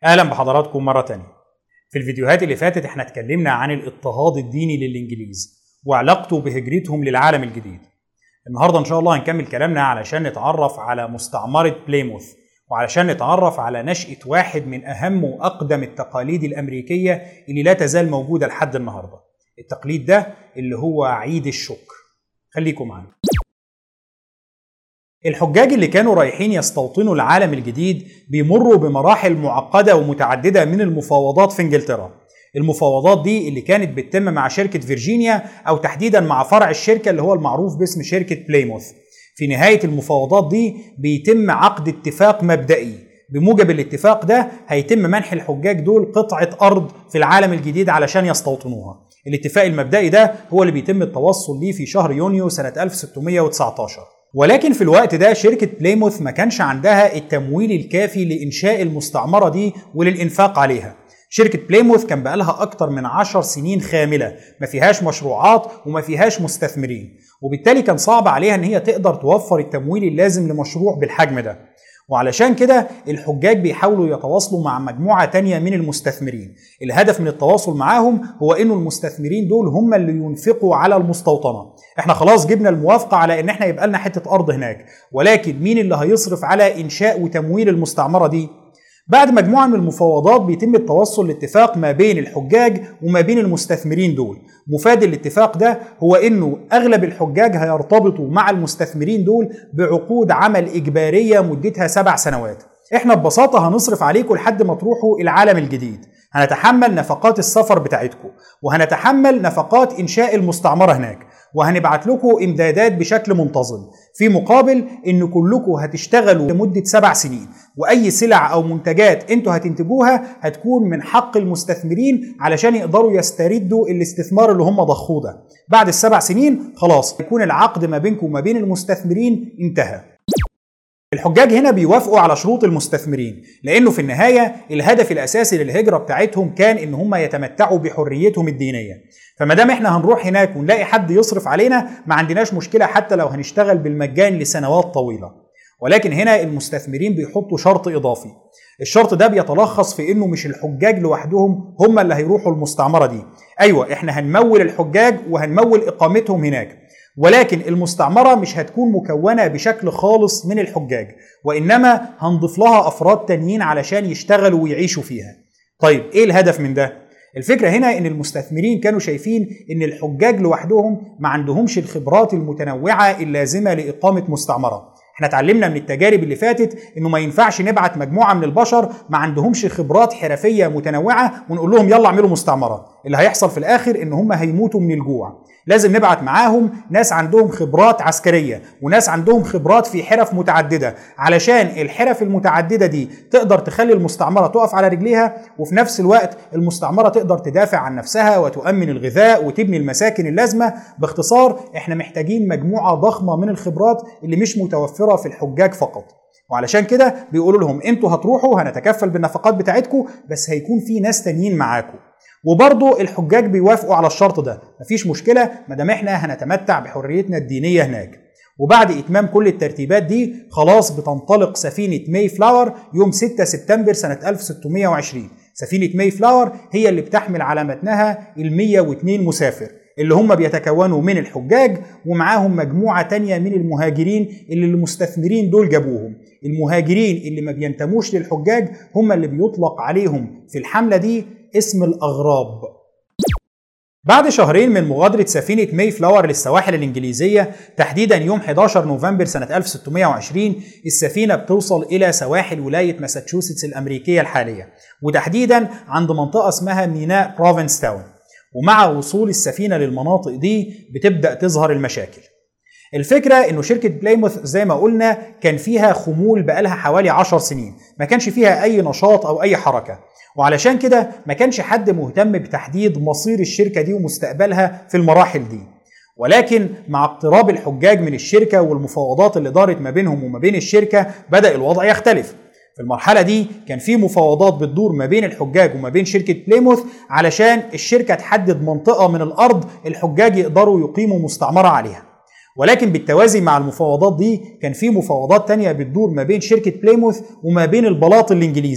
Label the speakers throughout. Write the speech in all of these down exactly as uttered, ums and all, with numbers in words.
Speaker 1: اهلا بحضراتكم مرة تانية. في الفيديوهات اللي فاتت احنا اتكلمنا عن الاضطهاد الديني للانجليز وعلاقته بهجرتهم للعالم الجديد. النهارده ان شاء الله هنكمل كلامنا علشان نتعرف على مستعمرة بليموث، وعلشان نتعرف على نشأة واحد من اهم واقدم التقاليد الامريكية اللي لا تزال موجودة لحد النهارده. التقليد ده اللي هو عيد الشكر. خليكم معانا. الحجاج اللي كانوا رايحين يستوطنوا العالم الجديد بيمروا بمراحل معقدة ومتعددة من المفاوضات في انجلترا. المفاوضات دي اللي كانت بتتم مع شركة فيرجينيا او تحديدا مع فرع الشركة اللي هو المعروف باسم شركة بليموث. في نهاية المفاوضات دي بيتم عقد اتفاق مبدئي، بموجب الاتفاق ده هيتم منح الحجاج دول قطعة ارض في العالم الجديد علشان يستوطنوها. الاتفاق المبدئي ده هو اللي بيتم التوصل ليه في شهر يونيو سنة ألف وستمية وتسعتاشر. ولكن في الوقت ده شركة بليموث ما كانش عندها التمويل الكافي لإنشاء المستعمرة دي وللإنفاق عليها. شركة بليموث كان بقالها أكتر من عشر سنين خاملة ما فيهاش مشروعات وما فيهاش مستثمرين، وبالتالي كان صعب عليها إن هي تقدر توفر التمويل اللازم لمشروع بالحجم ده. وعلشان كده الحجاج بيحاولوا يتواصلوا مع مجموعة تانية من المستثمرين. الهدف من التواصل معاهم هو انه المستثمرين دول هم اللي ينفقوا على المستوطنة. احنا خلاص جبنا الموافقة على ان احنا يبقى لنا حتة ارض هناك، ولكن مين اللي هيصرف على انشاء وتمويل المستعمرة دي؟ بعد مجموعة من المفاوضات بيتم التوصل لاتفاق ما بين الحجاج وما بين المستثمرين دول. مفاد الاتفاق ده هو انه اغلب الحجاج هيرتبطوا مع المستثمرين دول بعقود عمل اجبارية مدتها سبع سنوات. احنا ببساطة هنصرف عليكم لحد ما تروحوا العالم الجديد، هنتحمل نفقات السفر بتاعتكم، وهنتحمل نفقات انشاء المستعمرة هناك، وهنبعت لكم امدادات بشكل منتظم، في مقابل ان كلكم هتشتغلوا لمدة سبع سنين، واي سلع او منتجات انتوا هتنتجوها هتكون من حق المستثمرين علشان يقدروا يستردوا الاستثمار اللي هم ضخوه ده. بعد السبع سنين خلاص يكون العقد ما بينكم وما بين المستثمرين انتهى. الحجاج هنا بيوافقوا على شروط المستثمرين، لانه في النهاية الهدف الاساسي للهجرة بتاعتهم كان ان هم يتمتعوا بحريتهم الدينية. فما دام احنا هنروح هناك ونلاقي حد يصرف علينا ما عندناش مشكلة حتى لو هنشتغل بالمجان لسنوات طويلة. ولكن هنا المستثمرين بيحطوا شرط اضافي. الشرط ده بيتلخص في انه مش الحجاج لوحدهم هم اللي هيروحوا المستعمرة دي. ايوه احنا هنمول الحجاج وهنمول اقامتهم هناك، ولكن المستعمرة مش هتكون مكونة بشكل خالص من الحجاج، وإنما هنضيف لها أفراد تانيين علشان يشتغلوا ويعيشوا فيها. طيب إيه الهدف من ده؟ الفكرة هنا إن المستثمرين كانوا شايفين إن الحجاج لوحدهم ما عندهمش الخبرات المتنوعة اللازمة لإقامة مستعمرة. احنا اتعلمنا من التجارب اللي فاتت انه ما ينفعش نبعت مجموعة من البشر ما عندهمش خبرات حرفية متنوعة ونقول لهم يلا اعملوا مستعمرة. اللي هيحصل في الاخر ان هم هيموتوا من الجوع. لازم نبعت معاهم ناس عندهم خبرات عسكرية وناس عندهم خبرات في حرف متعددة، علشان الحرف المتعددة دي تقدر تخلي المستعمرة تقف على رجليها، وفي نفس الوقت المستعمرة تقدر تدافع عن نفسها وتؤمن الغذاء وتبني المساكن اللازمة. باختصار احنا محتاجين مجموعة ضخمة من الخبرات اللي مش متوفرة في الحجاج فقط. وعلشان كده بيقولوا لهم انتوا هتروحوا هنتكفل بالنفقات بتاعتكم، بس هيكون في ناس تانيين معاكم. وبرضه الحجاج بيوافقوا على الشرط ده، مفيش مشكلة ما دام احنا هنتمتع بحريتنا الدينية هناك. وبعد اتمام كل الترتيبات دي خلاص بتنطلق سفينة ماي فلاور يوم ستة سبتمبر سنة ألف وستمية وعشرين. سفينة ماي فلاور هي اللي بتحمل على متنها المية واتنين مسافر اللي هم بيتكونوا من الحجاج ومعاهم مجموعة تانية من المهاجرين اللي المستثمرين دول جابوهم. المهاجرين اللي ما بينتموش للحجاج هم اللي بيطلق عليهم في الحملة دي اسم الأغراب. بعد شهرين من مغادرة سفينة ماي فلاور للسواحل الإنجليزية، تحديدا يوم حداشر نوفمبر سنة ألف وستمية وعشرين، السفينة بتوصل إلى سواحل ولاية ماساتشوستس الأمريكية الحالية، وتحديدا عند منطقة اسمها ميناء بروفنستاون. ومع وصول السفينة للمناطق دي بتبدأ تظهر المشاكل. الفكرة انه شركة بليموث زي ما قلنا كان فيها خمول بقالها حوالي عشر سنين، ما كانش فيها اي نشاط او اي حركة، وعلشان كده ما كانش حد مهتم بتحديد مصير الشركة دي ومستقبلها في المراحل دي. ولكن مع اقتراب الحجاج من الشركة والمفاوضات اللي دارت ما بينهم وما بين الشركة بدأ الوضع يختلف. في المرحلة دي كان في مفاوضات بتدور ما بين الحجاج وما بين شركة بليموث علشان الشركة تحدد منطقة من الأرض الحجاج يقدروا يقيموا مستعمرة عليها. ولكن بالتوازي مع المفاوضات دي كان في مفاوضات تانية بتدور ما بين شركة بليموث وما بين البلاط الإنجليزي.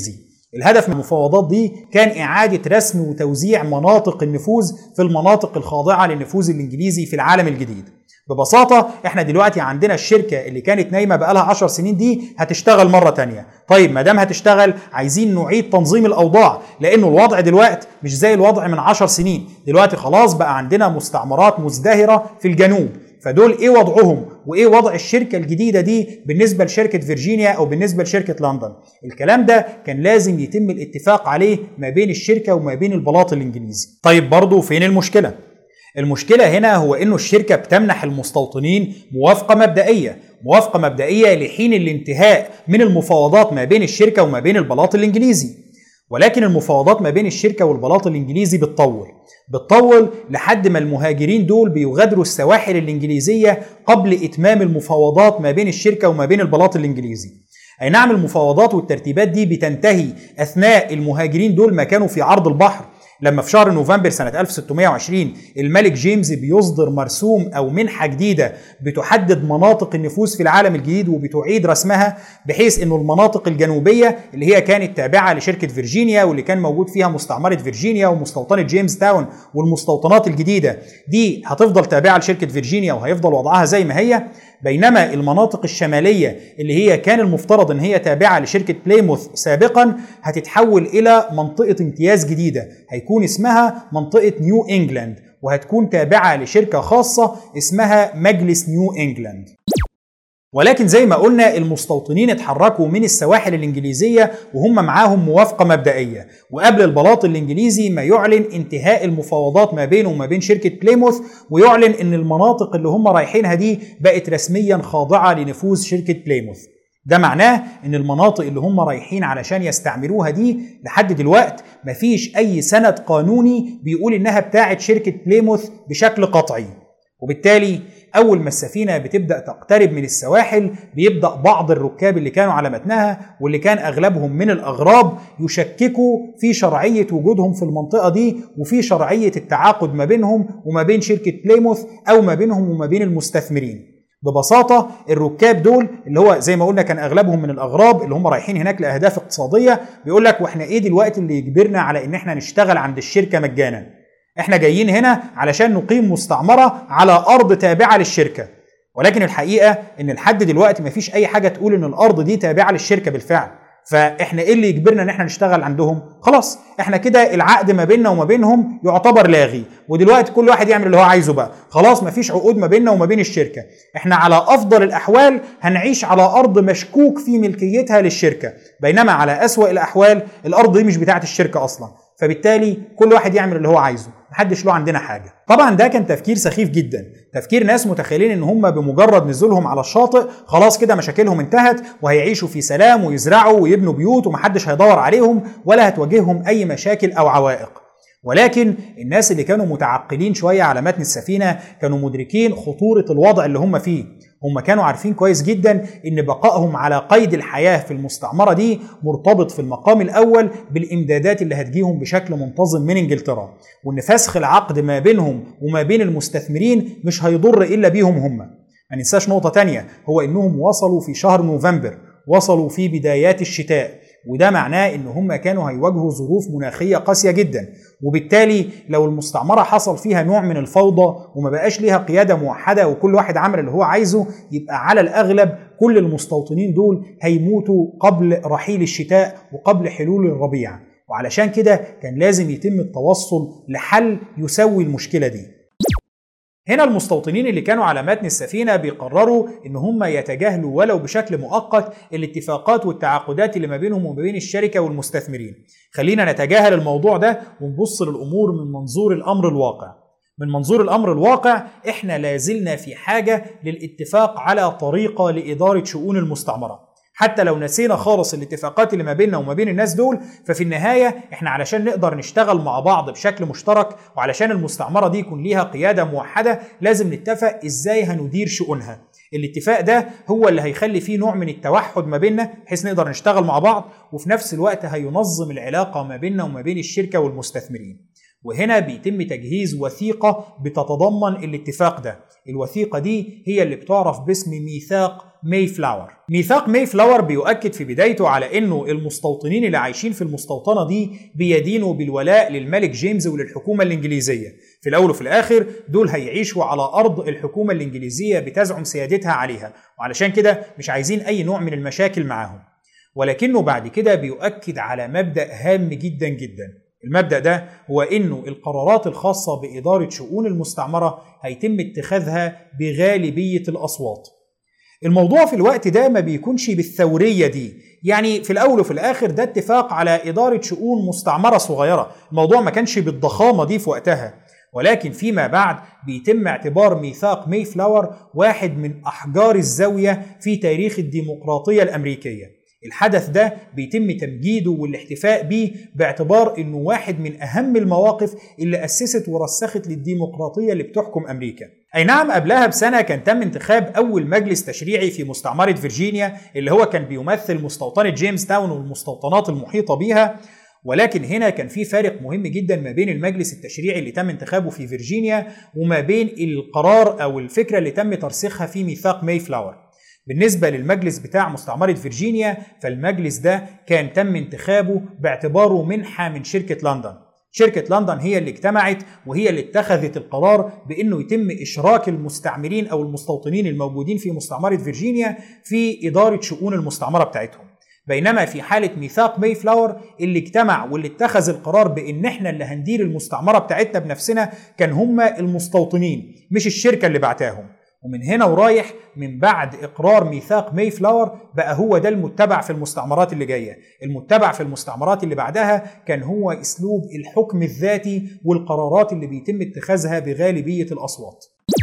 Speaker 1: الهدف من المفاوضات دي كان إعادة رسم وتوزيع مناطق النفوذ في المناطق الخاضعة للنفوذ الإنجليزي في العالم الجديد. ببساطة احنا دلوقتي عندنا الشركة اللي كانت نايمة بقالها عشر سنين دي هتشتغل مرة تانية. طيب ما دام هتشتغل عايزين نعيد تنظيم الأوضاع، لأنه الوضع دلوقتي مش زي الوضع من عشر سنين. دلوقتي خلاص بقى عندنا مستعمرات مزدهرة في الجنوب، فدول ايه وضعهم وايه وضع الشركة الجديدة دي بالنسبة لشركة فيرجينيا او بالنسبة لشركة لندن؟ الكلام ده كان لازم يتم الاتفاق عليه ما بين الشركة وما بين البلاط الانجليزي. طيب برضو فين المشكلة؟ المشكلة هنا هو انه الشركة بتمنح المستوطنين موافقة مبدئية موافقة مبدئية لحين الانتهاء من المفاوضات ما بين الشركة وما بين البلاط الانجليزي. ولكن المفاوضات ما بين الشركة والبلاط الانجليزي بتطول بتطول لحد ما المهاجرين دول بيغادروا السواحل الانجليزية قبل اتمام المفاوضات ما بين الشركة وما بين البلاط الانجليزي. اي نعم المفاوضات والترتيبات دي بتنتهي اثناء المهاجرين دول ما كانوا في عرض البحر، لما في شهر نوفمبر سنة ألف وستمائة وعشرين الملك جيمس بيصدر مرسوم أو منحة جديدة بتحدد مناطق النفوذ في العالم الجديد وبتعيد رسمها، بحيث أنه المناطق الجنوبية اللي هي كانت تابعة لشركة فيرجينيا واللي كان موجود فيها مستعمرة فيرجينيا ومستوطنة جيمس تاون والمستوطنات الجديدة دي هتفضل تابعة لشركة فيرجينيا وهيفضل وضعها زي ما هي، بينما المناطق الشمالية اللي هي كان المفترض ان هي تابعة لشركة بليموث سابقا هتتحول الى منطقة امتياز جديدة هيكون اسمها منطقة نيو انجلاند، وهتكون تابعة لشركة خاصة اسمها مجلس نيو انجلاند. ولكن زي ما قلنا المستوطنين اتحركوا من السواحل الإنجليزية وهم معاهم موافقة مبدئية، وقبل البلاط الإنجليزي ما يعلن انتهاء المفاوضات ما بينه وما بين شركة بليموث ويعلن ان المناطق اللي هم رايحينها دي بقت رسميا خاضعة لنفوذ شركة بليموث. ده معناه ان المناطق اللي هم رايحين علشان يستعملوها دي لحد دلوقت مفيش اي سند قانوني بيقول انها بتاعت شركة بليموث بشكل قطعي، وبالتالي أول ما السفينة بتبدأ تقترب من السواحل بيبدأ بعض الركاب اللي كانوا على متنها واللي كان أغلبهم من الأغراب يشككوا في شرعية وجودهم في المنطقة دي وفي شرعية التعاقد ما بينهم وما بين شركة بليموث أو ما بينهم وما بين المستثمرين. ببساطة الركاب دول اللي هو زي ما قلنا كان أغلبهم من الأغراب اللي هم رايحين هناك لأهداف اقتصادية، بيقول لك وإحنا إيه دلوقتي اللي يجبرنا على إن إحنا نشتغل عند الشركة مجانا؟ احنا جايين هنا علشان نقيم مستعمرة على أرض تابعة للشركة. ولكن الحقيقة ان لحد دلوقتي مفيش اي حاجة تقول ان الأرض دي تابعة للشركة بالفعل، فاحنا ايه اللي يجبرنا ان احنا نشتغل عندهم؟ خلاص احنا كده العقد ما بيننا وما بينهم يعتبر لاغي، ودلوقتي كل واحد يعمل اللي هو عايزه بقى، خلاص مفيش عقود ما بيننا وما بين الشركة، احنا على افضل الاحوال هنعيش على ارض مشكوك في ملكيتها للشركة، بينما على اسوأ الاحوال الارض دي مش بتاعت الشركة اصلا، فبالتالي كل واحد يعمل اللي هو عايزه، محدش له عندنا حاجة. طبعا ده كان تفكير سخيف جدا، تفكير ناس متخيلين ان هم بمجرد نزولهم على الشاطئ خلاص كده مشاكلهم انتهت وهيعيشوا في سلام ويزرعوا ويبنوا بيوت ومحدش هيدور عليهم ولا هتواجههم اي مشاكل او عوائق. ولكن الناس اللي كانوا متعقلين شوية على متن السفينة كانوا مدركين خطورة الوضع اللي هم فيه. هم كانوا عارفين كويس جدا ان بقائهم على قيد الحياة في المستعمرة دي مرتبط في المقام الاول بالامدادات اللي هتجيهم بشكل منتظم من انجلترا، وان فسخ العقد ما بينهم وما بين المستثمرين مش هيضر الا بيهم هم. ما ننساش نقطة تانية، هو انهم وصلوا في شهر نوفمبر، وصلوا في بدايات الشتاء، وده معناه ان هم كانوا هيواجهوا ظروف مناخية قاسية جدا، وبالتالي لو المستعمرة حصل فيها نوع من الفوضى وما بقاش ليها قيادة موحدة وكل واحد عمل اللي هو عايزه، يبقى على الأغلب كل المستوطنين دول هيموتوا قبل رحيل الشتاء وقبل حلول الربيع، وعلشان كده كان لازم يتم التوصل لحل يسوي المشكلة دي. هنا المستوطنين اللي كانوا على متن السفينة بيقرروا ان هم يتجاهلوا ولو بشكل مؤقت الاتفاقات والتعاقدات اللي ما بينهم وما بين الشركة والمستثمرين. خلينا نتجاهل الموضوع ده ونبص للأمور من منظور الأمر الواقع. من منظور الأمر الواقع احنا لازلنا في حاجة للاتفاق على طريقة لإدارة شؤون المستعمرة. حتى لو نسينا خالص الاتفاقات اللي ما بيننا وما بين الناس دول، ففي النهاية احنا علشان نقدر نشتغل مع بعض بشكل مشترك وعلشان المستعمرة دي يكون ليها قيادة موحدة لازم نتفق ازاي هندير شؤونها. الاتفاق ده هو اللي هيخلي فيه نوع من التوحد ما بيننا بحيث نقدر نشتغل مع بعض، وفي نفس الوقت هينظم العلاقة ما بيننا وما بين الشركة والمستثمرين. وهنا بيتم تجهيز وثيقة بتتضمن الاتفاق ده. الوثيقة دي هي اللي بتعرف باسم ميثاق ماي فلاور. ميثاق ماي فلاور بيؤكد في بدايته على انه المستوطنين اللي عايشين في المستوطنة دي بيدينوا بالولاء للملك جيمس وللحكومة الإنجليزية. في الأول وفي الآخر دول هيعيشوا على أرض الحكومة الإنجليزية بتزعم سيادتها عليها، وعلشان كده مش عايزين أي نوع من المشاكل معاهم. ولكنه بعد كده بيؤكد على مبدأ هام جدا جدا. المبدأ ده هو إنه القرارات الخاصة بإدارة شؤون المستعمرة هيتم اتخاذها بغالبية الأصوات. الموضوع في الوقت ده ما بيكونش بالثورية دي، يعني في الأول وفي الآخر ده اتفاق على إدارة شؤون مستعمرة صغيرة، الموضوع ما كانش بالضخامة دي في وقتها. ولكن فيما بعد بيتم اعتبار ميثاق ماي فلاور واحد من أحجار الزاوية في تاريخ الديمقراطية الأمريكية. الحدث ده بيتم تمجيده والاحتفاء بيه باعتبار انه واحد من اهم المواقف اللي اسست ورسخت للديمقراطيه اللي بتحكم امريكا. اي نعم قبلها بسنه كان تم انتخاب اول مجلس تشريعي في مستعمره فيرجينيا اللي هو كان بيمثل مستوطنه جيمس تاون والمستوطنات المحيطه بيها، ولكن هنا كان في فارق مهم جدا ما بين المجلس التشريعي اللي تم انتخابه في فيرجينيا وما بين القرار او الفكره اللي تم ترسيخها في ميثاق ماي فلاور. بالنسبة للمجلس بتاع مستعمرة فيرجينيا فالمجلس ده كان تم انتخابه باعتباره منحة من شركة لندن. شركة لندن هي اللي اجتمعت وهي اللي اتخذت القرار بأنه يتم إشراك المستعمرين أو المستوطنين الموجودين في مستعمرة فيرجينيا في إدارة شؤون المستعمرة بتاعتهم. بينما في حالة ميثاق ماي فلاور اللي اجتمع واللي اتخذ القرار بأن احنا اللي هندير المستعمرة بتاعتنا بنفسنا كان هم المستوطنين مش الشركة اللي بعتاهم. ومن هنا ورايح من بعد إقرار ميثاق ماي فلاور بقى هو ده المتبع في المستعمرات اللي جاية. المتبع في المستعمرات اللي بعدها كان هو أسلوب الحكم الذاتي والقرارات اللي بيتم اتخاذها بغالبية الأصوات.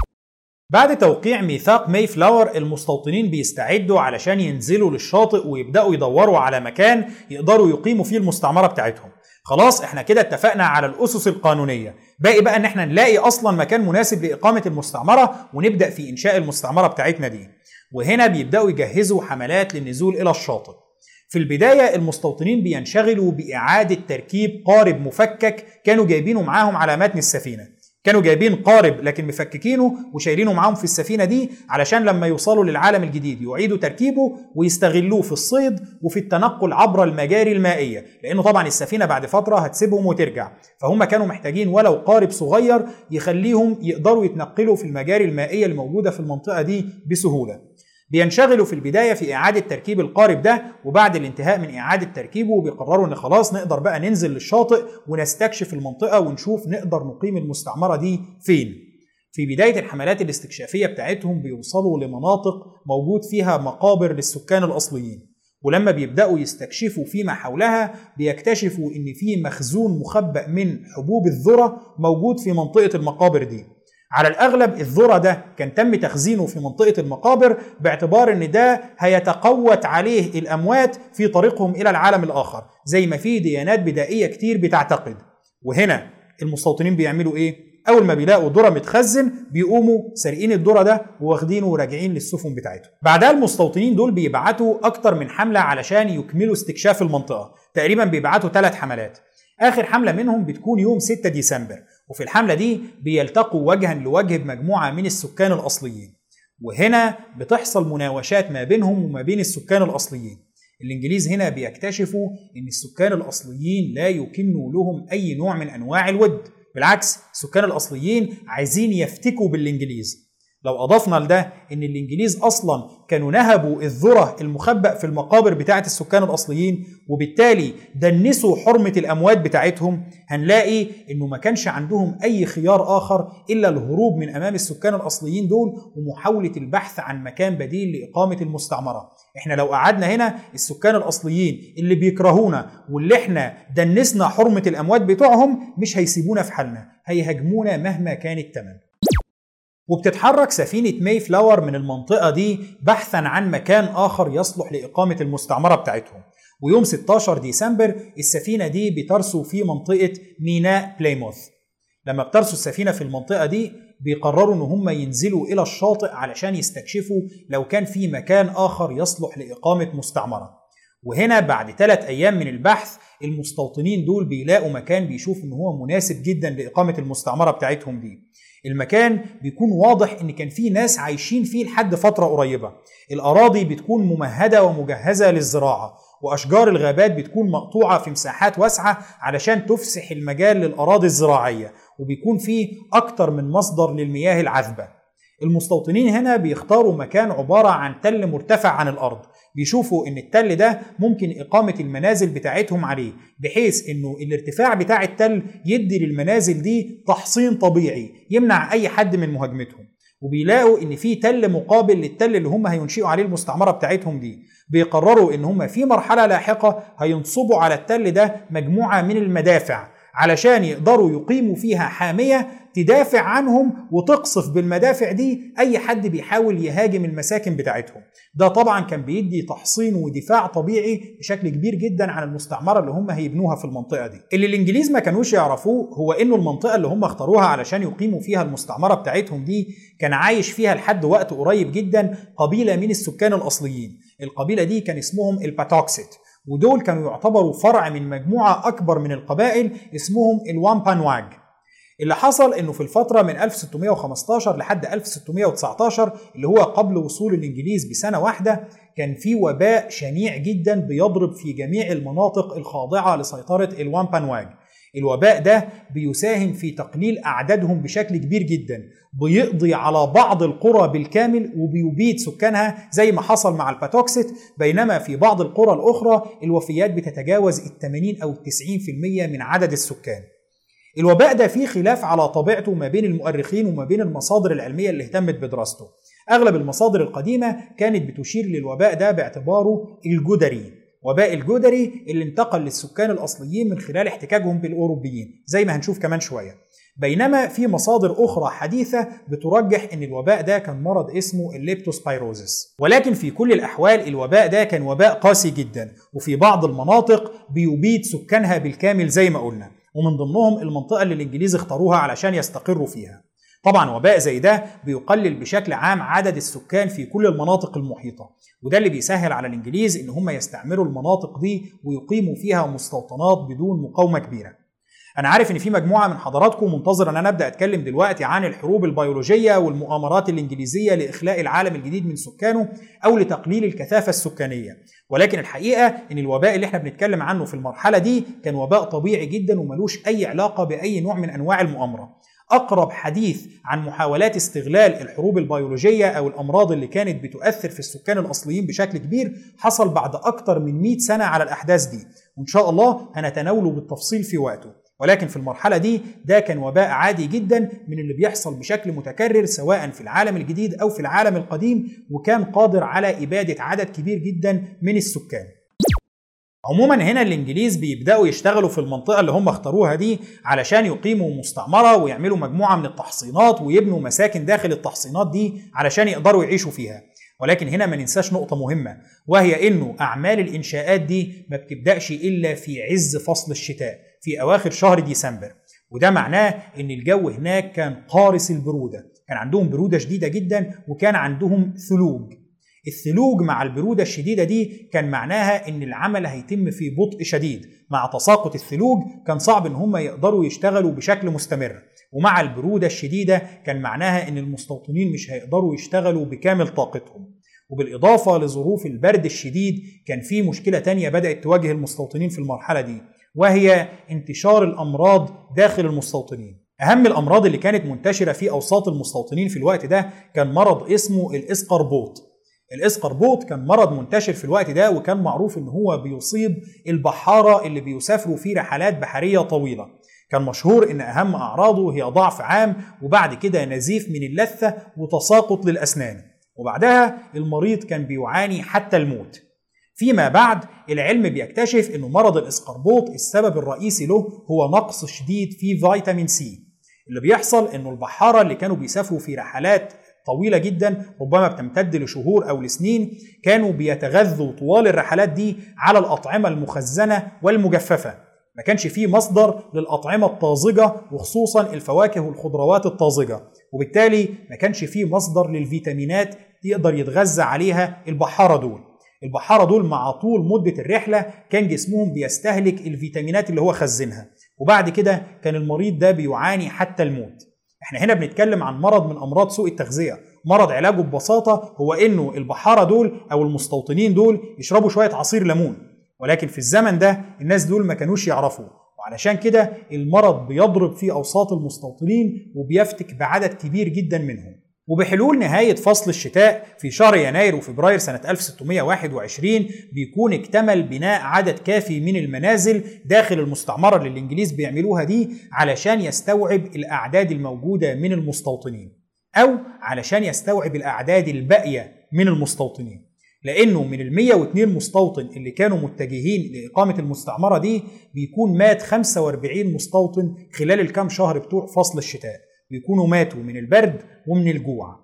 Speaker 1: بعد توقيع ميثاق ماي فلاور المستوطنين بيستعدوا علشان ينزلوا للشاطئ ويبدأوا يدوروا على مكان يقدروا يقيموا فيه المستعمرة بتاعتهم. خلاص احنا كده اتفقنا على الأسس القانونية، باقي بقى ان احنا نلاقي اصلا مكان مناسب لإقامة المستعمرة ونبدأ في إنشاء المستعمرة بتاعتنا دي. وهنا بيبدأوا يجهزوا حملات للنزول إلى الشاطئ. في البداية المستوطنين بينشغلوا بإعادة تركيب قارب مفكك كانوا جايبينه معاهم على متن السفينة. كانوا جايبين قارب لكن مفككينه وشايلينه معاهم في السفينة دي علشان لما يوصلوا للعالم الجديد يعيدوا تركيبه ويستغلوه في الصيد وفي التنقل عبر المجاري المائية، لأنه طبعا السفينة بعد فترة هتسيبهم وترجع، فهم كانوا محتاجين ولو قارب صغير يخليهم يقدروا يتنقلوا في المجاري المائية اللي موجودة في المنطقة دي بسهولة. بينشغلوا في البداية في إعادة تركيب القارب ده، وبعد الانتهاء من إعادة تركيبه بيقرروا إن خلاص نقدر بقى ننزل للشاطئ ونستكشف المنطقة ونشوف نقدر نقيم المستعمرة دي فين. في بداية الحملات الاستكشافية بتاعتهم بيوصلوا لمناطق موجود فيها مقابر للسكان الأصليين، ولما بيبدأوا يستكشفوا فيما حولها بيكتشفوا إن في مخزون مخبأ من حبوب الذرة موجود في منطقة المقابر دي. على الأغلب الذرة ده كان تم تخزينه في منطقة المقابر باعتبار ان ده هيتقوت عليه الأموات في طريقهم إلى العالم الآخر، زي ما في ديانات بدائية كتير بتعتقد. وهنا المستوطنين بيعملوا ايه؟ أول ما بيلاقوا ذرة متخزن بيقوموا سارقين الذرة ده وواخدينه وراجعين للسفن بتاعتهم. بعدها المستوطنين دول بيبعتوا أكتر من حملة علشان يكملوا استكشاف المنطقة، تقريبا بيبعتوا ثلاث حملات. آخر حملة منهم بتكون يوم ستة ديسمبر، وفي الحملة دي بيلتقوا وجها لوجه بمجموعة من السكان الأصليين، وهنا بتحصل مناوشات ما بينهم وما بين السكان الأصليين. الإنجليز هنا بيكتشفوا إن السكان الأصليين لا يكنوا لهم أي نوع من أنواع الود، بالعكس السكان الأصليين عايزين يفتكوا بالإنجليز. لو أضفنا لده إن الإنجليز أصلا كانوا نهبوا الذرة المخبأ في المقابر بتاعة السكان الأصليين وبالتالي دنسوا حرمة الأموات بتاعتهم، هنلاقي إنه ما كانش عندهم أي خيار آخر إلا الهروب من أمام السكان الأصليين دول ومحاولة البحث عن مكان بديل لإقامة المستعمرة. إحنا لو قعدنا هنا السكان الأصليين اللي بيكرهونا واللي إحنا دنسنا حرمة الأموات بتوعهم مش هيسيبونا في حالنا، هيهاجمونا مهما كان الثمن. وبتتحرك سفينة ماي فلاور من المنطقة دي بحثا عن مكان آخر يصلح لإقامة المستعمرة بتاعتهم. ويوم ستة عشر ديسمبر السفينة دي بترسو في منطقة ميناء بليموث. لما بترسو السفينة في المنطقة دي بيقرروا إن هم ينزلوا إلى الشاطئ علشان يستكشفوا لو كان في مكان آخر يصلح لإقامة مستعمرة. وهنا بعد ثلاث أيام من البحث المستوطنين دول بيلاقوا مكان بيشوفوا إن هو مناسب جدا لإقامة المستعمرة بتاعتهم دي. المكان بيكون واضح إن كان فيه ناس عايشين فيه لحد فترة قريبة. الأراضي بتكون ممهدة ومجهزة للزراعة، وأشجار الغابات بتكون مقطوعة في مساحات واسعة علشان تفسح المجال للأراضي الزراعية، وبيكون فيه أكتر من مصدر للمياه العذبة. المستوطنين هنا بيختاروا مكان عبارة عن تل مرتفع عن الأرض، بيشوفوا إن التل ده ممكن إقامة المنازل بتاعتهم عليه، بحيث إنه الارتفاع بتاع التل يدي للمنازل دي تحصين طبيعي يمنع أي حد من مهاجمتهم. وبيلاقوا إن في تل مقابل للتل اللي هم هينشئوا عليه المستعمرة بتاعتهم دي. بيقرروا إن هم في مرحلة لاحقة هينصبوا على التل ده مجموعة من المدافع علشان يقدروا يقيموا فيها حامية تدافع عنهم وتقصف بالمدافع دي أي حد بيحاول يهاجم المساكن بتاعتهم. ده طبعا كان بيدي تحصين ودفاع طبيعي بشكل كبير جدا عن المستعمرة اللي هم هيبنوها في المنطقة دي. اللي الإنجليز ما كانوش يعرفوه هو إنه المنطقة اللي هم اختاروها علشان يقيموا فيها المستعمرة بتاعتهم دي كان عايش فيها لحد وقت قريب جدا قبيلة من السكان الأصليين. القبيلة دي كان اسمهم الباتوكسيت، ودول كانوا يعتبروا فرع من مجموعة أكبر من القبائل اسمهم الوامبانواج. اللي حصل انه في الفترة من ألف وستمائة وخمستاشر لحد ألف وستمائة وتسعتاشر اللي هو قبل وصول الانجليز بسنة واحدة كان في وباء شنيع جدا بيضرب في جميع المناطق الخاضعة لسيطرة الوامبانواج. الوباء ده بيساهم في تقليل أعدادهم بشكل كبير جدا، بيقضي على بعض القرى بالكامل وبيبيد سكانها زي ما حصل مع الباتوكسيت، بينما في بعض القرى الأخرى الوفيات بتتجاوز الثمانين أو التسعين في المية من عدد السكان. الوباء ده فيه خلاف على طبيعته ما بين المؤرخين وما بين المصادر العلمية اللي اهتمت بدراسته. أغلب المصادر القديمة كانت بتشير للوباء ده باعتباره الجدري، وباء الجدري اللي انتقل للسكان الأصليين من خلال احتكاكهم بالأوروبيين زي ما هنشوف كمان شوية. بينما في مصادر أخرى حديثة بترجح أن الوباء ده كان مرض اسمه الليبتوسبيروزيس. ولكن في كل الأحوال الوباء ده كان وباء قاسي جدا، وفي بعض المناطق بيبيد سكانها بالكامل زي ما قلنا، ومن ضمنهم المنطقة اللي الإنجليز اختاروها علشان يستقروا فيها. طبعا وباء زي ده بيقلل بشكل عام عدد السكان في كل المناطق المحيطة، وده اللي بيسهل على الإنجليز إن هم يستعمروا المناطق دي ويقيموا فيها مستوطنات بدون مقاومة كبيرة. أنا عارف إن في مجموعة من حضراتكم منتظر أن أنا أبدأ أتكلم دلوقتي عن الحروب البيولوجية والمؤامرات الإنجليزية لإخلاء العالم الجديد من سكانه أو لتقليل الكثافة السكانية، ولكن الحقيقة إن الوباء اللي احنا بنتكلم عنه في المرحلة دي كان وباء طبيعي جدا وملوش أي علاقة بأي نوع من أنواع المؤامرة. أقرب حديث عن محاولات استغلال الحروب البيولوجية أو الأمراض اللي كانت بتؤثر في السكان الأصليين بشكل كبير حصل بعد أكتر من مئة سنة على الأحداث دي، وإن شاء الله هنتناوله بالتفصيل في وقته. ولكن في المرحلة دي ده كان وباء عادي جدا من اللي بيحصل بشكل متكرر سواء في العالم الجديد أو في العالم القديم، وكان قادر على إبادة عدد كبير جدا من السكان. عموما هنا الإنجليز بيبدأوا يشتغلوا في المنطقة اللي هم اختاروها دي علشان يقيموا مستعمرة ويعملوا مجموعة من التحصينات ويبنوا مساكن داخل التحصينات دي علشان يقدروا يعيشوا فيها. ولكن هنا ما ننساش نقطة مهمة، وهي إنه أعمال الإنشاءات دي ما بتبدأش إلا في عز فصل الشتاء في أواخر شهر ديسمبر، وده معناه إن الجو هناك كان قارس البرودة، كان عندهم برودة شديدة جدا وكان عندهم ثلوج. الثلوج مع البرودة الشديدة دي كان معناها إن العمل هيتم في بطء شديد. مع تساقط الثلوج كان صعب إن هم يقدروا يشتغلوا بشكل مستمر، ومع البرودة الشديدة كان معناها إن المستوطنين مش هيقدروا يشتغلوا بكامل طاقتهم. وبالإضافة لظروف البرد الشديد كان في مشكلة تانية بدأت تواجه المستوطنين في المرحلة دي، وهي انتشار الأمراض داخل المستوطنين. أهم الأمراض اللي كانت منتشرة في أوساط المستوطنين في الوقت ده كان مرض اسمه الإسقربوط. الإسقربوط كان مرض منتشر في الوقت ده، وكان معروف إن هو بيصيب البحارة اللي بيسافروا في رحلات بحرية طويلة. كان مشهور إن أهم أعراضه هي ضعف عام، وبعد كده نزيف من اللثة وتساقط للأسنان، وبعدها المريض كان بيعاني حتى الموت. فيما بعد العلم بيكتشف إنه مرض الإسقربوط السبب الرئيسي له هو نقص شديد في فيتامين سي. اللي بيحصل إنه البحارة اللي كانوا بيسافروا في رحلات طويلة جدا ربما بتمتد لشهور أو لسنين كانوا بيتغذوا طوال الرحلات دي على الأطعمة المخزنة والمجففة. ما كانش فيه مصدر للأطعمة الطازجة وخصوصا الفواكه والخضروات الطازجة، وبالتالي ما كانش فيه مصدر للفيتامينات يقدر يتغذى عليها البحارة دول. البحارة دول مع طول مدة الرحلة كان جسمهم بيستهلك الفيتامينات اللي هو خزنها، وبعد كده كان المريض ده بيعاني حتى الموت. احنا هنا بنتكلم عن مرض من أمراض سوء التغذية، مرض علاجه ببساطة هو إنه البحارة دول أو المستوطنين دول يشربوا شوية عصير ليمون، ولكن في الزمن ده الناس دول ما كانوش يعرفوا، وعلشان كده المرض بيضرب في أوساط المستوطنين وبيفتك بعدد كبير جدا منهم. وبحلول نهاية فصل الشتاء في شهر يناير وفبراير سنة ألف وستمائة وواحد وعشرين بيكون اكتمل بناء عدد كافي من المنازل داخل المستعمرة اللي الإنجليز بيعملوها دي علشان يستوعب الأعداد الموجودة من المستوطنين، أو علشان يستوعب الأعداد الباقية من المستوطنين، لأنه من ال مئة واثنين مستوطن اللي كانوا متجهين لإقامة المستعمرة دي بيكون مات خمسة وأربعين مستوطن خلال الكام شهر بتوع فصل الشتاء، بيكونوا ماتوا من البرد ومن الجوع.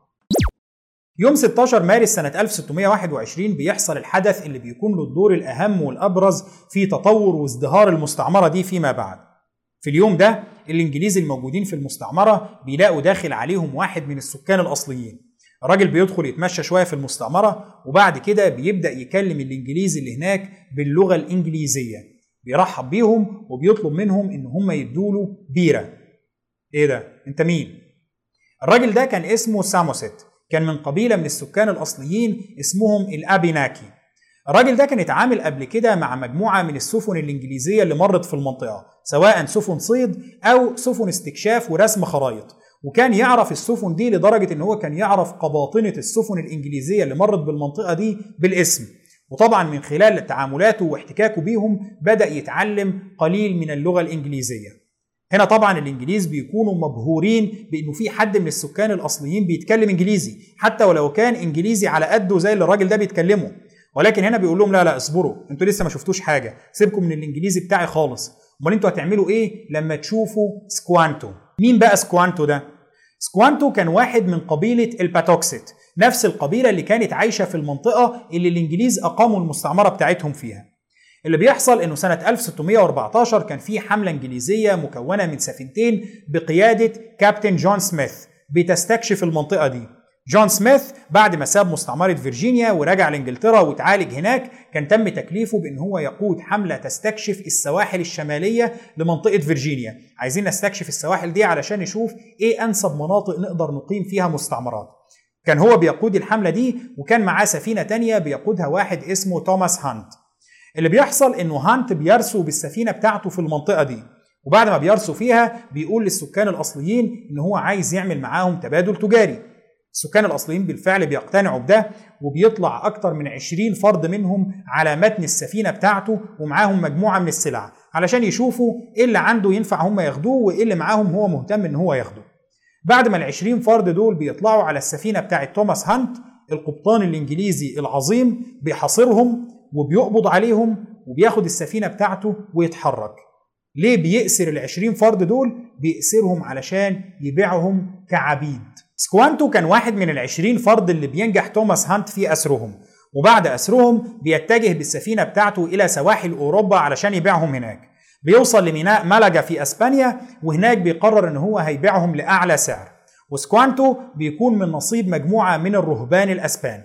Speaker 1: يوم ستة عشر مارس سنة ألف وستمائة وواحد وعشرين بيحصل الحدث اللي بيكون له الدور الأهم والأبرز في تطور وازدهار المستعمرة دي فيما بعد. في اليوم ده الإنجليز الموجودين في المستعمرة بيلاقوا داخل عليهم واحد من السكان الأصليين. الراجل بيدخل يتمشى شوية في المستعمرة وبعد كده بيبدأ يكلم الإنجليز اللي هناك باللغة الإنجليزية، بيرحب بيهم وبيطلب منهم إن هم يدوله بيرة. ايه ده؟ انت مين؟ الراجل ده كان اسمه ساموسيت، كان من قبيلة من السكان الأصليين اسمهم الأبيناكي. الراجل ده كان اتعامل قبل كده مع مجموعة من السفن الإنجليزية اللي مرت في المنطقة، سواء سفن صيد أو سفن استكشاف ورسم خرائط، وكان يعرف السفن دي لدرجة إن هو كان يعرف قباطنة السفن الإنجليزية اللي مرت بالمنطقة دي بالاسم. وطبعا من خلال تعاملاته واحتكاكه بيهم بدأ يتعلم قليل من اللغة الإنجليزية. هنا طبعا الإنجليز بيكونوا مبهورين بأنه في حد من السكان الأصليين بيتكلم إنجليزي، حتى ولو كان إنجليزي على قده زي اللي الراجل ده بيتكلمه. ولكن هنا بيقول لهم لا لا اصبروا، انتوا لسه ما شفتوش حاجة، سيبكم من الإنجليزي بتاعي خالص، امال انتوا هتعملوا إيه لما تشوفوا سكوانتو؟ مين بقى سكوانتو ده؟ سكوانتو كان واحد من قبيلة الباتوكسيت، نفس القبيلة اللي كانت عايشة في المنطقة اللي الإنجليز أقاموا المستعمرة بتاعتهم فيها. اللي بيحصل انه سنة ألف وستمائة وأربعة عشر كان في حملة انجليزية مكونة من سفينتين بقيادة كابتن جون سميث بتستكشف المنطقة دي. جون سميث بعد ما ساب مستعمرة فيرجينيا ورجع لإنجلترا وتعالج هناك كان تم تكليفه بأن هو يقود حملة تستكشف السواحل الشمالية لمنطقة فيرجينيا. عايزين نستكشف السواحل دي علشان نشوف ايه أنسب مناطق نقدر نقيم فيها مستعمرات. كان هو بيقود الحملة دي وكان معاه سفينة تانية بيقودها واحد اسمه توماس هانت. اللي بيحصل انه هانت بيرسو بالسفينة بتاعته في المنطقة دي، وبعد ما بيرسو فيها بيقول للسكان الأصليين ان هو عايز يعمل معاهم تبادل تجاري. السكان الأصليين بالفعل بيقتنعوا بده، وبيطلع أكتر من عشرين فرد منهم على متن السفينة بتاعته ومعاهم مجموعة من السلع علشان يشوفوا ايه اللي عنده ينفع هم ياخدوه وايه اللي معاهم هو مهتم ان هو ياخده. بعد ما العشرين فرد دول بيطلعوا على السفينة بتاعت توماس هانت، القبطان الإنجليزي العظيم بيحاصرهم وبيقبض عليهم وبياخد السفينة بتاعته ويتحرك. ليه بيأسر العشرين فرد دول؟ بيأسرهم علشان يبيعهم كعبيد. سكوانتو كان واحد من العشرين فرد اللي بينجح توماس هانت في أسرهم، وبعد أسرهم بيتجه بالسفينة بتاعته إلى سواحل أوروبا علشان يبيعهم هناك. بيوصل لميناء مالاجا في أسبانيا، وهناك بيقرر إن هو هيبيعهم لأعلى سعر. وسكوانتو بيكون من نصيب مجموعة من الرهبان الأسبان.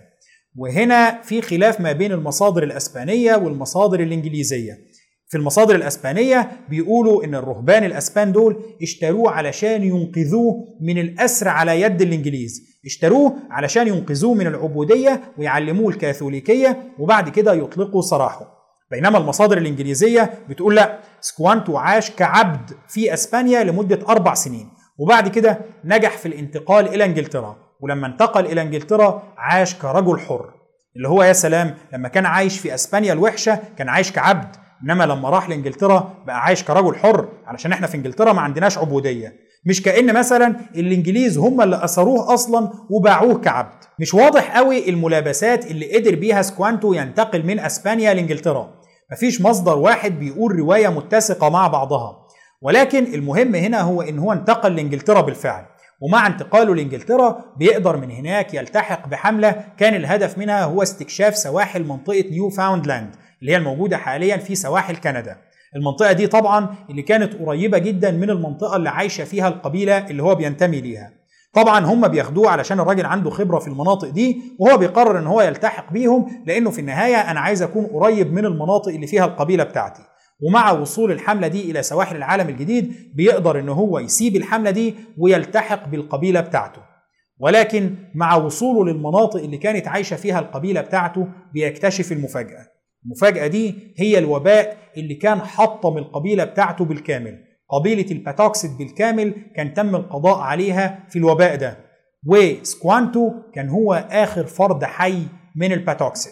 Speaker 1: وهنا في خلاف ما بين المصادر الأسبانية والمصادر الإنجليزية. في المصادر الأسبانية بيقولوا إن الرهبان الأسبان دول اشتروه علشان ينقذوه من الأسر على يد الإنجليز، اشتروه علشان ينقذوه من العبودية ويعلموه الكاثوليكية وبعد كده يطلقوا سراحه. بينما المصادر الإنجليزية بتقول لا، سكوانتو عاش كعبد في أسبانيا لمدة أربع سنين، وبعد كده نجح في الانتقال إلى إنجلترا، ولما انتقل إلى إنجلترا عاش كرجل حر. اللي هو يا سلام، لما كان عايش في أسبانيا الوحشة كان عايش كعبد، إنما لما راح لإنجلترا بقى عايش كرجل حر، علشان إحنا في إنجلترا ما عندناش عبودية. مش كأن مثلا الإنجليز هم اللي أسروه أصلا وباعوه كعبد. مش واضح قوي الملابسات اللي قدر بيها سكوانتو ينتقل من أسبانيا لإنجلترا. مفيش مصدر واحد بيقول رواية متسقة مع بعضها، ولكن المهم هنا هو إن هو انتقل لإنجلترا بالفعل، ومع انتقاله لإنجلترا بيقدر من هناك يلتحق بحملة كان الهدف منها هو استكشاف سواحل منطقة نيو فاوندلاند اللي هي الموجودة حاليا في سواحل كندا. المنطقة دي طبعا اللي كانت قريبة جدا من المنطقة اللي عايشة فيها القبيلة اللي هو بينتمي ليها. طبعا هم بياخدوه علشان الراجل عنده خبرة في المناطق دي، وهو بيقرر ان هو يلتحق بيهم لانه في النهاية انا عايز اكون قريب من المناطق اللي فيها القبيلة بتاعتي. ومع وصول الحملة دي الى سواحل العالم الجديد بيقدر ان هو يسيب الحملة دي ويلتحق بالقبيلة بتاعته. ولكن مع وصوله للمناطق اللي كانت عايشة فيها القبيلة بتاعته بيكتشف المفاجأة. المفاجأة دي هي الوباء اللي كان حطم القبيلة بتاعته بالكامل. قبيلة الباتوكسيت بالكامل كان تم القضاء عليها في الوباء ده، وسكوانتو كان هو آخر فرد حي من الباتوكسيت.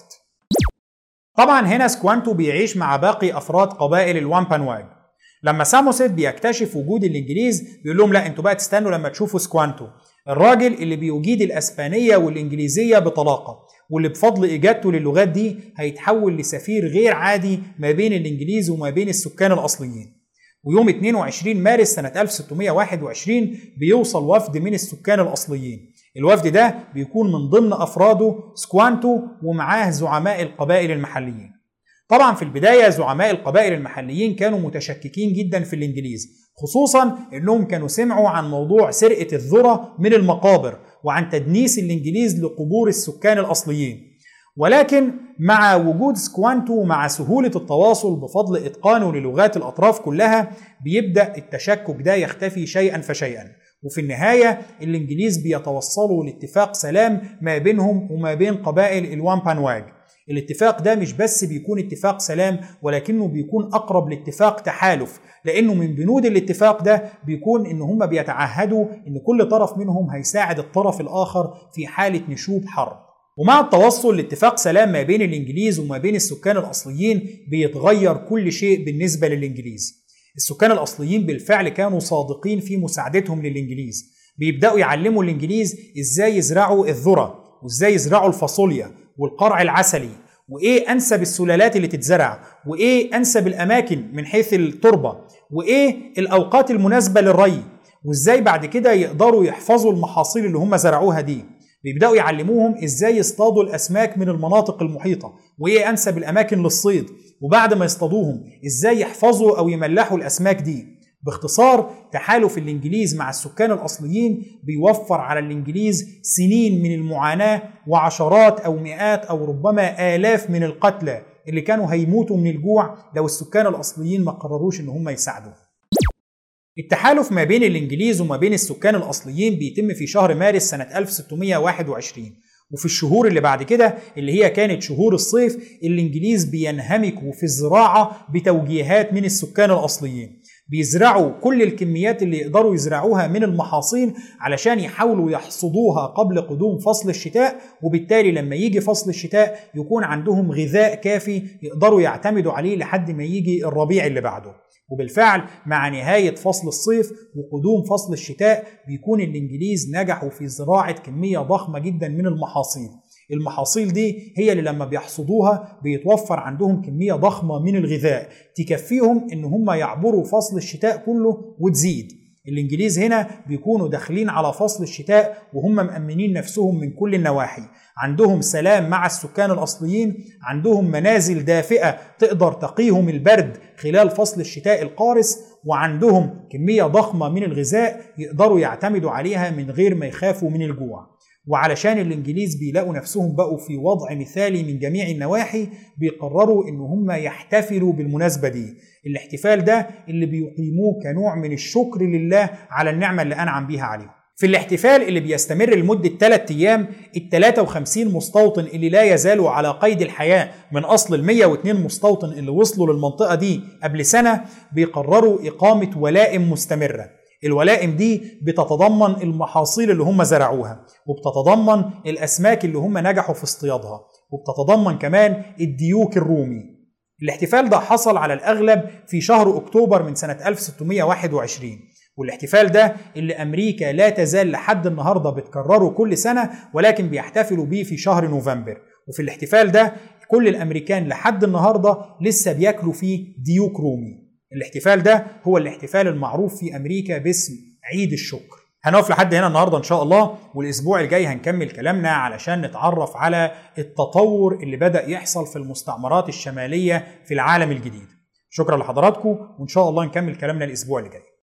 Speaker 1: طبعا هنا سكوانتو بيعيش مع باقي أفراد قبائل الوامبانواج. لما ساموسيت بيكتشف وجود الإنجليز بيقول لهم لا انتوا بقى تستنوا لما تشوفوا سكوانتو، الراجل اللي بيجيد الأسبانية والإنجليزية بطلاقة، واللي بفضل إجادته للغات دي هيتحول لسفير غير عادي ما بين الإنجليز وما بين السكان الأصليين. ويوم اتنين وعشرين مارس سنة ألف وستمائة وواحد وعشرين بيوصل وفد من السكان الأصليين. الوفد ده بيكون من ضمن أفراده سكوانتو ومعاه زعماء القبائل المحليين. طبعا في البداية زعماء القبائل المحليين كانوا متشككين جدا في الإنجليز، خصوصا أنهم كانوا سمعوا عن موضوع سرقة الذرة من المقابر وعن تدنيس الإنجليز لقبور السكان الأصليين. ولكن مع وجود سكوانتو ومع سهولة التواصل بفضل إتقانه للغات الأطراف كلها بيبدأ التشكك ده يختفي شيئا فشيئا، وفي النهاية الإنجليز بيتوصلوا لاتفاق سلام ما بينهم وما بين قبائل الوامبانواج. الاتفاق ده مش بس بيكون اتفاق سلام، ولكنه بيكون أقرب لاتفاق تحالف، لأنه من بنود الاتفاق ده بيكون إن هم بيتعهدوا إن كل طرف منهم هيساعد الطرف الآخر في حالة نشوب حرب. ومع التوصل لاتفاق سلام ما بين الإنجليز وما بين السكان الأصليين بيتغير كل شيء بالنسبة للإنجليز. السكان الأصليين بالفعل كانوا صادقين في مساعدتهم للإنجليز، بيبدأوا يعلموا الإنجليز إزاي يزرعوا الذرة وإزاي يزرعوا الفاصوليا والقرع العسلي، وإيه أنسب السلالات اللي تتزرع، وإيه أنسب الأماكن من حيث التربة، وإيه الأوقات المناسبة للري، وإزاي بعد كده يقدروا يحفظوا المحاصيل اللي هم زرعوها دي. بيبدأوا يعلموهم إزاي يصطادوا الأسماك من المناطق المحيطة، وإيه أنسب الأماكن للصيد، وبعد ما يصطادوهم إزاي يحفظوا أو يملحوا الأسماك دي. باختصار تحالف الإنجليز مع السكان الأصليين بيوفر على الإنجليز سنين من المعاناة وعشرات أو مئات أو ربما آلاف من القتلى اللي كانوا هيموتوا من الجوع لو السكان الأصليين ما قرروش إن هم يساعدوا. التحالف ما بين الإنجليز وما بين السكان الأصليين بيتم في شهر مارس سنة ألف وستمائة وواحد وعشرين، وفي الشهور اللي بعد كده اللي هي كانت شهور الصيف الإنجليز بينهمكوا في الزراعة بتوجيهات من السكان الأصليين. بيزرعوا كل الكميات اللي يقدروا يزرعوها من المحاصيل علشان يحاولوا يحصدوها قبل قدوم فصل الشتاء، وبالتالي لما يجي فصل الشتاء يكون عندهم غذاء كافي يقدروا يعتمدوا عليه لحد ما يجي الربيع اللي بعده. وبالفعل مع نهاية فصل الصيف وقدوم فصل الشتاء بيكون الإنجليز نجحوا في زراعة كمية ضخمة جدا من المحاصيل. المحاصيل دي هي اللي لما بيحصدوها بيتوفر عندهم كمية ضخمة من الغذاء تكفيهم إن هم يعبروا فصل الشتاء كله وتزيد. الإنجليز هنا بيكونوا داخلين على فصل الشتاء وهم مأمنين نفسهم من كل النواحي، عندهم سلام مع السكان الأصليين، عندهم منازل دافئة تقدر تقيهم البرد خلال فصل الشتاء القارس، وعندهم كمية ضخمة من الغذاء يقدروا يعتمدوا عليها من غير ما يخافوا من الجوع. وعلشان الإنجليز بيلاقوا نفسهم بقوا في وضع مثالي من جميع النواحي بيقرروا إن هم يحتفلوا بالمناسبة دي. الاحتفال ده اللي بيقيموه كنوع من الشكر لله على النعمة اللي أنعم بيها عليهم. في الاحتفال اللي بيستمر لمدة ثلاثة أيام ال ثلاثة وخمسين مستوطن اللي لا يزالوا على قيد الحياة من أصل ال مئة واثنين مستوطن اللي وصلوا للمنطقة دي قبل سنة بيقرروا إقامة ولائم مستمرة. الولائم دي بتتضمن المحاصيل اللي هم زرعوها، وبتتضمن الأسماك اللي هم نجحوا في اصطيادها، وبتتضمن كمان الديوك الرومي. الاحتفال ده حصل على الأغلب في شهر أكتوبر من سنة ألف وستمائة وواحد وعشرين، والاحتفال ده اللي أمريكا لا تزال لحد النهاردة بتكرره كل سنة، ولكن بيحتفلوا بيه في شهر نوفمبر. وفي الاحتفال ده كل الأمريكان لحد النهاردة لسه بياكلوا فيه ديوك رومي. الاحتفال ده هو الاحتفال المعروف في أمريكا باسم عيد الشكر. هنقف لحد هنا النهاردة إن شاء الله، والأسبوع الجاي هنكمل كلامنا علشان نتعرف على التطور اللي بدأ يحصل في المستعمرات الشمالية في العالم الجديد. شكرا لحضراتكم، وإن شاء الله نكمل كلامنا الأسبوع اللي جاي.